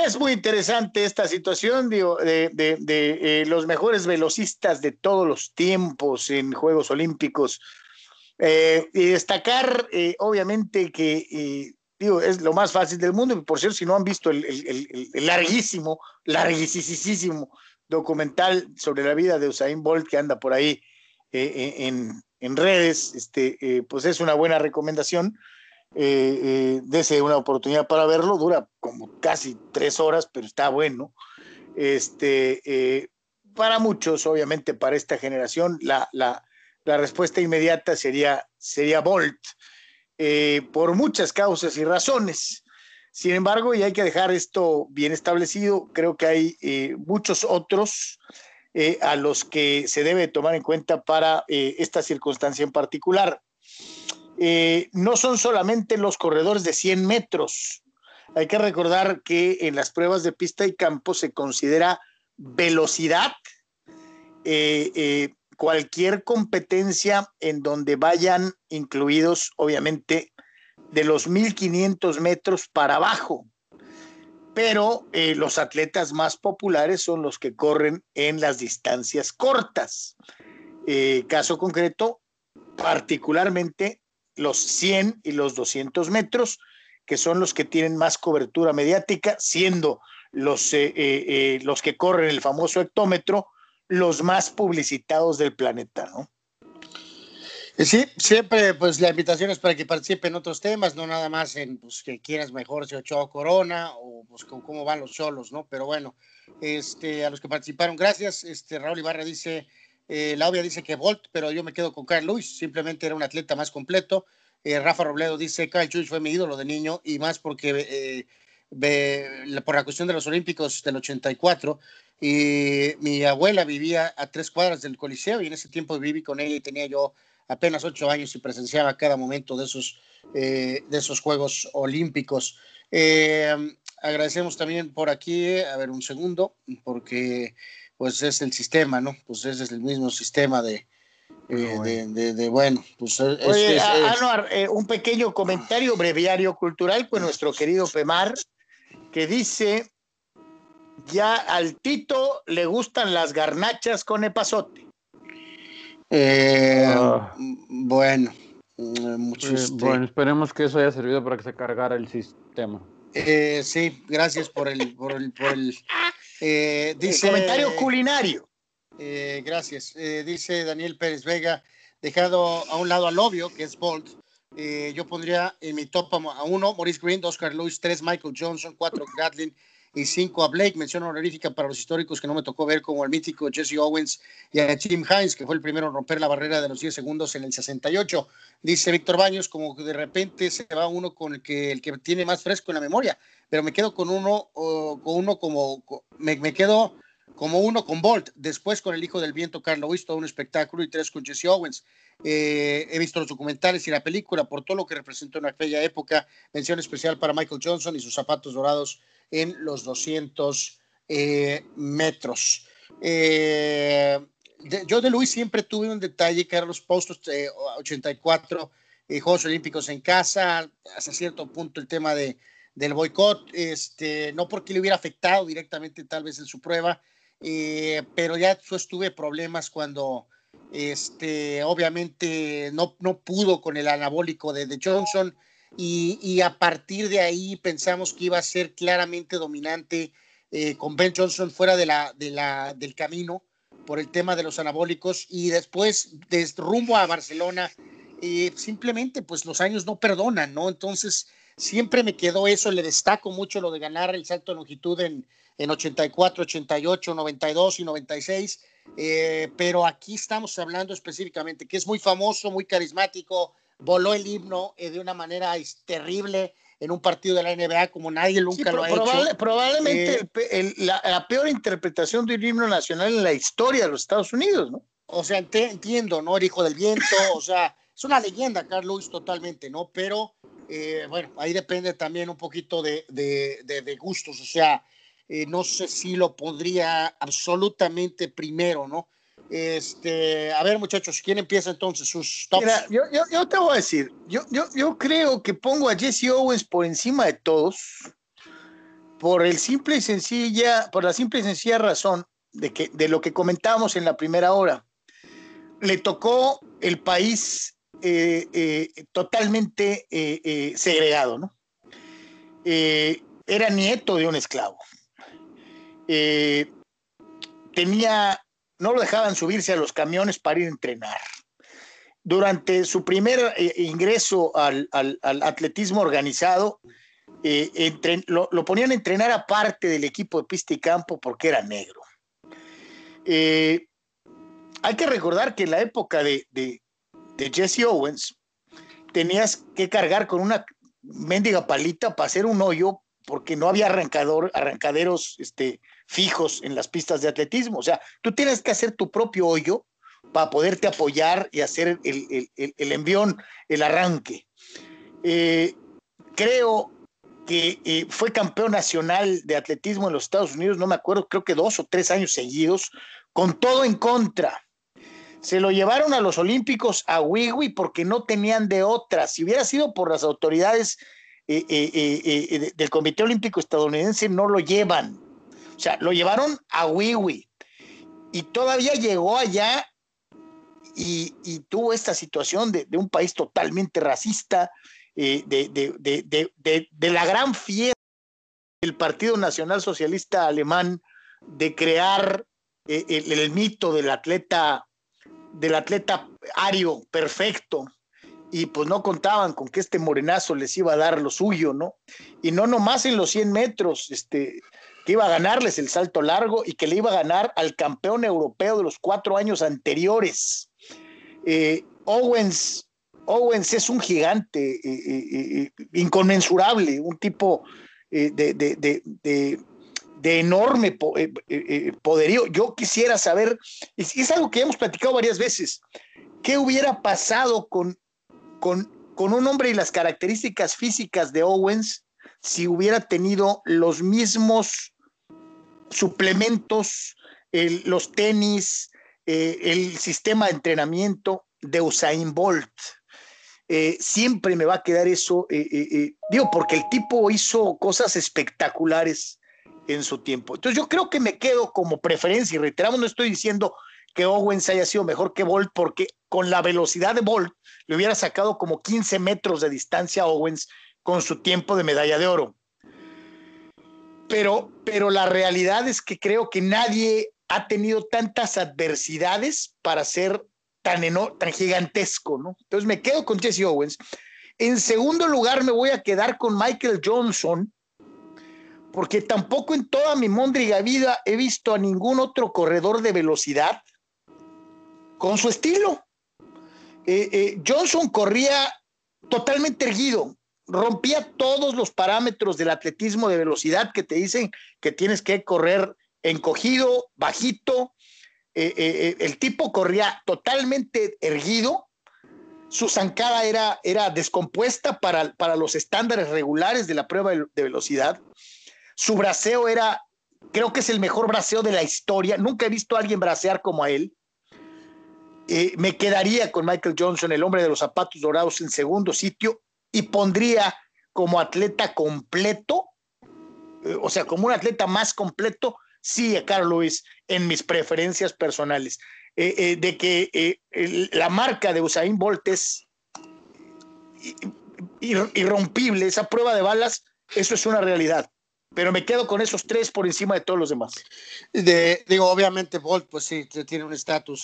es muy interesante esta situación, digo, de los mejores velocistas de todos los tiempos en Juegos Olímpicos. Y destacar, obviamente, que digo, es lo más fácil del mundo. Por cierto, si no han visto el larguísimo documental sobre la vida de Usain Bolt que anda por ahí en redes, pues es una buena recomendación. Dese una oportunidad para verlo, dura como casi 3 horas, pero está bueno. Para muchos, obviamente, para esta generación, la respuesta inmediata sería Bolt, por muchas causas y razones. Sin embargo, y hay que dejar esto bien establecido, creo que hay muchos otros a los que se debe tomar en cuenta para esta circunstancia en particular. No son solamente los corredores de 100 metros. Hay que recordar que en las pruebas de pista y campo se considera velocidad cualquier competencia en donde vayan incluidos, obviamente, de los 1500 metros para abajo. Pero los atletas más populares son los que corren en las distancias cortas. Caso concreto, particularmente los 100 y los 200 metros, que son los que tienen más cobertura mediática, siendo los que corren el famoso hectómetro los más publicitados del planeta, ¿no? Sí, siempre pues la invitación es para que participe en otros temas, no nada más en pues que quieras mejor si Ochoa Corona o pues cómo van los solos, ¿no? Pero bueno, a los que participaron, gracias. Raúl Ibarra dice, la obvia dice que Bolt, pero yo me quedo con Carl Lewis, simplemente era un atleta más completo. Rafa Robledo dice, Carl Lewis fue mi ídolo de niño y más porque por la cuestión de los Olímpicos del 84 y mi abuela vivía a 3 cuadras del Coliseo y en ese tiempo viví con ella y tenía yo apenas 8 años y presenciaba cada momento de esos Juegos Olímpicos. Agradecemos también por aquí, a ver un segundo, porque pues es el sistema, ¿no? Pues ese es el mismo sistema bueno, pues Oye, Anuar, un pequeño comentario breviario cultural con nuestro querido Pemar, que dice, ya al Tito le gustan las garnachas con epazote. Bueno, bueno, esperemos que eso haya servido para que se cargara el sistema. Sí, gracias por el dice, comentario culinario. Gracias. Dice Daniel Pérez Vega, dejado a un lado al obvio, que es Bolt. Yo pondría en mi top a 1 Maurice Green, 2 Carl Lewis, 3 Michael Johnson, 4 Gatlin y 5 a Blake. Mención honorífica para los históricos que no me tocó ver, como el mítico Jesse Owens y a Tim Hines, que fue el primero en romper la barrera de los 10 segundos en el 68. Dice Víctor Baños, como que de repente se va uno con el que tiene más fresco en la memoria, pero me quedo con uno como uno con Bolt, después con el hijo del viento Carl Lewis, todo un espectáculo, y 3 con Jesse Owens. He visto los documentales y la película por todo lo que representó en aquella época. Mención especial para Michael Johnson y sus zapatos dorados en los 200 metros. Yo de Luis siempre tuve un detalle que eran los postos 84 Juegos Olímpicos en casa, hasta cierto punto el tema del boicot, no porque le hubiera afectado directamente tal vez en su prueba, pero ya después tuve problemas cuando obviamente no pudo con el anabólico de Johnson y a partir de ahí pensamos que iba a ser claramente dominante con Ben Johnson fuera del camino por el tema de los anabólicos y después rumbo a Barcelona simplemente pues los años no perdonan, ¿no? Entonces siempre me quedó eso, le destaco mucho lo de ganar el salto de longitud en 84, 88, 92 y 96, pero aquí estamos hablando específicamente que es muy famoso, muy carismático, voló el himno de una manera terrible en un partido de la NBA como nadie nunca lo ha hecho. Probablemente la peor interpretación de un himno nacional en la historia de los Estados Unidos, ¿no? O sea, entiendo, ¿no? El hijo del viento, o sea, es una leyenda, Carl Lewis, totalmente, ¿no? Pero, bueno, ahí depende también un poquito de gustos, o sea, no sé si lo pondría absolutamente primero, ¿no? A ver, muchachos, ¿quién empieza entonces sus tops? Mira, yo te voy a decir, yo creo que pongo a Jesse Owens por encima de todos, por la simple y sencilla razón de lo que comentábamos en la primera hora. Le tocó el país totalmente segregado, ¿no? Era nieto de un esclavo. No lo dejaban subirse a los camiones para ir a entrenar. Durante su primer ingreso al atletismo organizado, lo ponían a entrenar aparte del equipo de pista y campo porque era negro. Hay que recordar que en la época de Jesse Owens tenías que cargar con una mendiga palita para hacer un hoyo porque no había arrancaderos fijos en las pistas de atletismo. O sea, tú tienes que hacer tu propio hoyo para poderte apoyar y hacer el envión, el arranque. Creo que fue campeón nacional de atletismo en los Estados Unidos, no me acuerdo, creo que 2 o 3 años seguidos, con todo en contra. Se lo llevaron a los Olímpicos a Wiwi porque no tenían de otra. Si hubiera sido por las autoridades del Comité Olímpico Estadounidense, no lo llevan. O sea, lo llevaron a Wiwi y todavía llegó allá y tuvo esta situación de un país totalmente racista, de la gran fiesta del Partido Nacional Socialista Alemán de crear el mito del atleta ario perfecto, y pues no contaban con que este morenazo les iba a dar lo suyo, ¿no? Y no nomás en los 100 metros, que iba a ganarles el salto largo y que le iba a ganar al campeón europeo de los 4 años anteriores. Owens es un gigante inconmensurable, un tipo de enorme poderío. Yo quisiera saber, es algo que hemos platicado varias veces, ¿qué hubiera pasado con un hombre y las características físicas de Owens si hubiera tenido los mismos suplementos, los tenis, el sistema de entrenamiento de Usain Bolt? Siempre me va a quedar eso, porque el tipo hizo cosas espectaculares en su tiempo. Entonces yo creo que me quedo como preferencia, y reiteramos, no estoy diciendo que Owens haya sido mejor que Bolt, porque con la velocidad de Bolt le hubiera sacado como 15 metros de distancia a Owens con su tiempo de medalla de oro. Pero la realidad es que creo que nadie ha tenido tantas adversidades para ser tan gigantesco, ¿no? Entonces me quedo con Jesse Owens. En segundo lugar me voy a quedar con Michael Johnson, porque tampoco en toda mi móndriga vida he visto a ningún otro corredor de velocidad con su estilo. Johnson corría totalmente erguido, rompía todos los parámetros del atletismo de velocidad que te dicen que tienes que correr encogido, bajito. El tipo corría totalmente erguido, su zancada era descompuesta para los estándares regulares de la prueba de velocidad. Su braceo creo que es el mejor braceo de la historia. Nunca he visto a alguien bracear como a él. Me quedaría con Michael Johnson, el hombre de los zapatos dorados, en segundo sitio, y pondría como atleta completo, o sea, como un atleta más completo, sí, a Carl Lewis en mis preferencias personales. De que la marca de Usain Bolt es irrompible, esa prueba de balas, eso es una realidad. Pero me quedo con esos 3 por encima de todos los demás. Obviamente Bolt, pues sí, tiene un estatus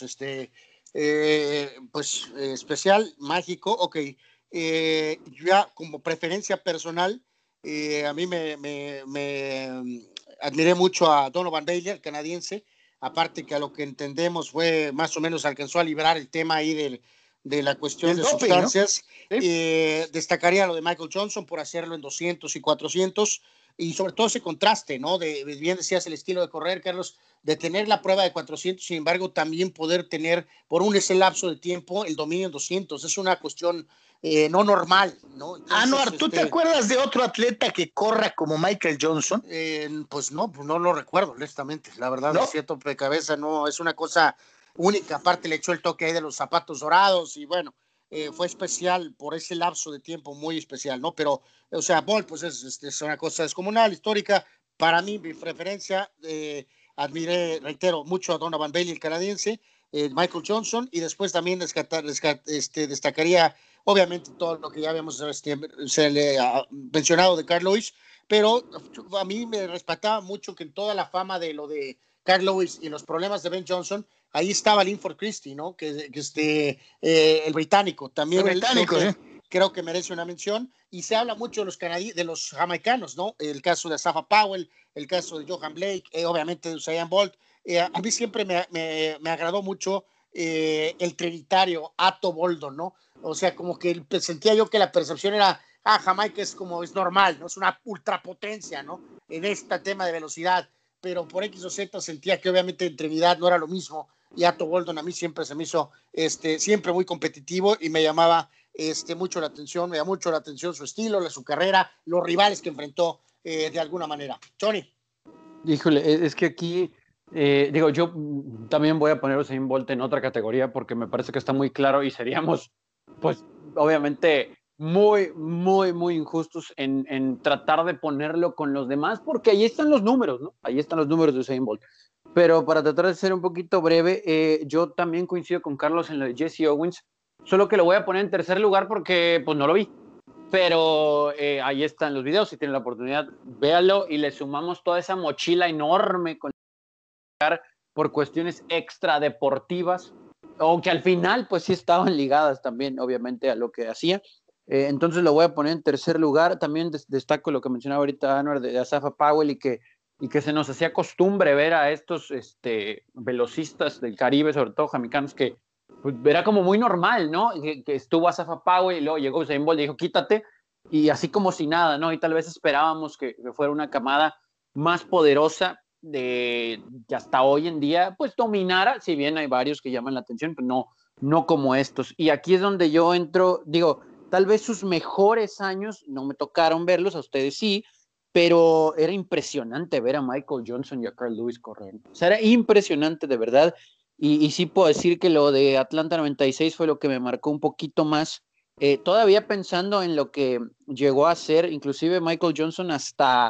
especial, mágico. Ok, ya como preferencia personal, a mí me admiré mucho a Donovan Bailey, el canadiense, aparte que a lo que entendemos fue más o menos alcanzó a librar el tema ahí de la cuestión de doping, sustancias, ¿no? Sí. Destacaría lo de Michael Johnson por hacerlo en 200 y 400, y sobre todo ese contraste, ¿no? Bien decías el estilo de correr, Carlos, de tener la prueba de 400, sin embargo, también poder tener por ese lapso de tiempo el dominio en 200. Es una cuestión no normal, ¿no? Entonces, Anuar, ¿tú te acuerdas de otro atleta que corra como Michael Johnson? Pues no lo recuerdo, honestamente. La verdad, ¿no? Es cierto, de cabeza, no, es una cosa única. Aparte, le echó el toque ahí de los zapatos dorados y bueno, fue especial por ese lapso de tiempo, muy especial, ¿no? Pero, o sea, Bolt, pues es una cosa descomunal, histórica, para mí, mi preferencia, admiré, reitero, mucho a Donovan Bailey, el canadiense, Michael Johnson, y después también destacaría, obviamente, todo lo que ya habíamos se le ha mencionado de Carl Lewis, pero a mí me respetaba mucho que en toda la fama de lo de Carl Lewis y los problemas de Ben Johnson, ahí estaba Linford Christie, ¿no? El británico, también creo que merece una mención, y se habla mucho de los jamaicanos, ¿no? El caso de Asafa Powell, el caso de Johan Blake, obviamente de Usain Bolt. A mí siempre me agradó mucho el trinitario Ato Boldo, ¿no? O sea, como que sentía yo que la percepción era, Jamaica es normal, ¿no? Es una ultrapotencia, ¿no? En este tema de velocidad, pero por X o Z sentía que obviamente en Trinidad no era lo mismo, y Ato Boldon a mí siempre se me hizo siempre muy competitivo y me llamaba mucho la atención, me llamó mucho la atención su estilo, su carrera, los rivales que enfrentó de alguna manera. Tony. Híjole, es que aquí, yo también voy a poner a Usain Bolt en otra categoría porque me parece que está muy claro y seríamos, pues, obviamente muy, muy, muy injustos en tratar de ponerlo con los demás, porque ahí están los números, ¿no? Ahí están los números de Usain Bolt. Pero para tratar de ser un poquito breve, yo también coincido con Carlos en lo de Jesse Owens, solo que lo voy a poner en tercer lugar porque pues no lo vi. Pero ahí están los videos, si tienen la oportunidad, véanlo y le sumamos toda esa mochila enorme con por cuestiones extradeportivas, aunque al final pues sí estaban ligadas también obviamente a lo que hacía. Entonces lo voy a poner en tercer lugar. También destaco lo que mencionaba ahorita Anwar de Asafa Powell y que se nos hacía costumbre ver a estos velocistas del Caribe, sobre todo jamaicanos, que pues, era como muy normal, ¿no? Que estuvo Asafa Powell y luego llegó Usain Bolt y dijo, quítate, y así como si nada, ¿no? Y tal vez esperábamos que fuera una camada más poderosa que hasta hoy en día pues dominara, si bien hay varios que llaman la atención, pero no como estos. Y aquí es donde yo entro, digo, tal vez sus mejores años no me tocaron verlos, a ustedes sí, pero era impresionante ver a Michael Johnson y a Carl Lewis correr. O sea, era impresionante de verdad. Y sí puedo decir que lo de Atlanta 96 fue lo que me marcó un poquito más. Todavía pensando en lo que llegó a ser, inclusive Michael Johnson hasta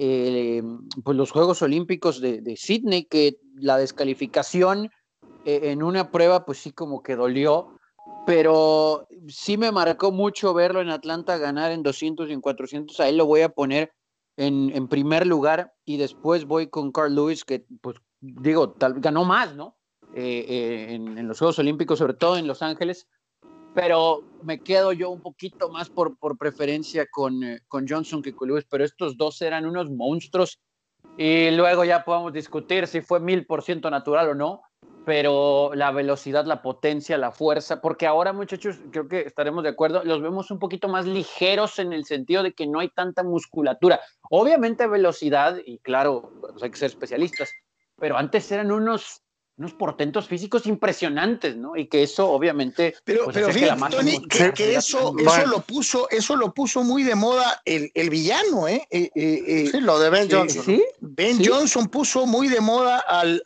pues los Juegos Olímpicos de Sydney, que la descalificación en una prueba pues sí como que dolió, pero sí me marcó mucho verlo en Atlanta ganar en 200 y en 400. Ahí lo voy a poner en primer lugar, y después voy con Carl Lewis, que pues digo, ganó más, ¿no? En los Juegos Olímpicos, sobre todo en Los Ángeles, pero me quedo yo un poquito más por preferencia con Johnson que con Lewis, pero estos dos eran unos monstruos, y luego ya podemos discutir si fue 1000% natural o no, pero la velocidad, la potencia, la fuerza, porque ahora, muchachos, creo que estaremos de acuerdo, los vemos un poquito más ligeros en el sentido de que no hay tanta musculatura. Obviamente velocidad, y claro, pues hay que ser especialistas, pero antes eran unos portentos físicos impresionantes, ¿no? Y que eso obviamente pero fíjate, que la Tony, que eso lo puso muy de moda el villano, sí, lo de Ben Johnson. ¿sí? Ben Johnson puso muy de moda al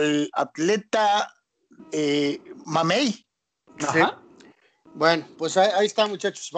atleta Mamey. Ajá. Sí. Bueno, pues ahí está, muchachos.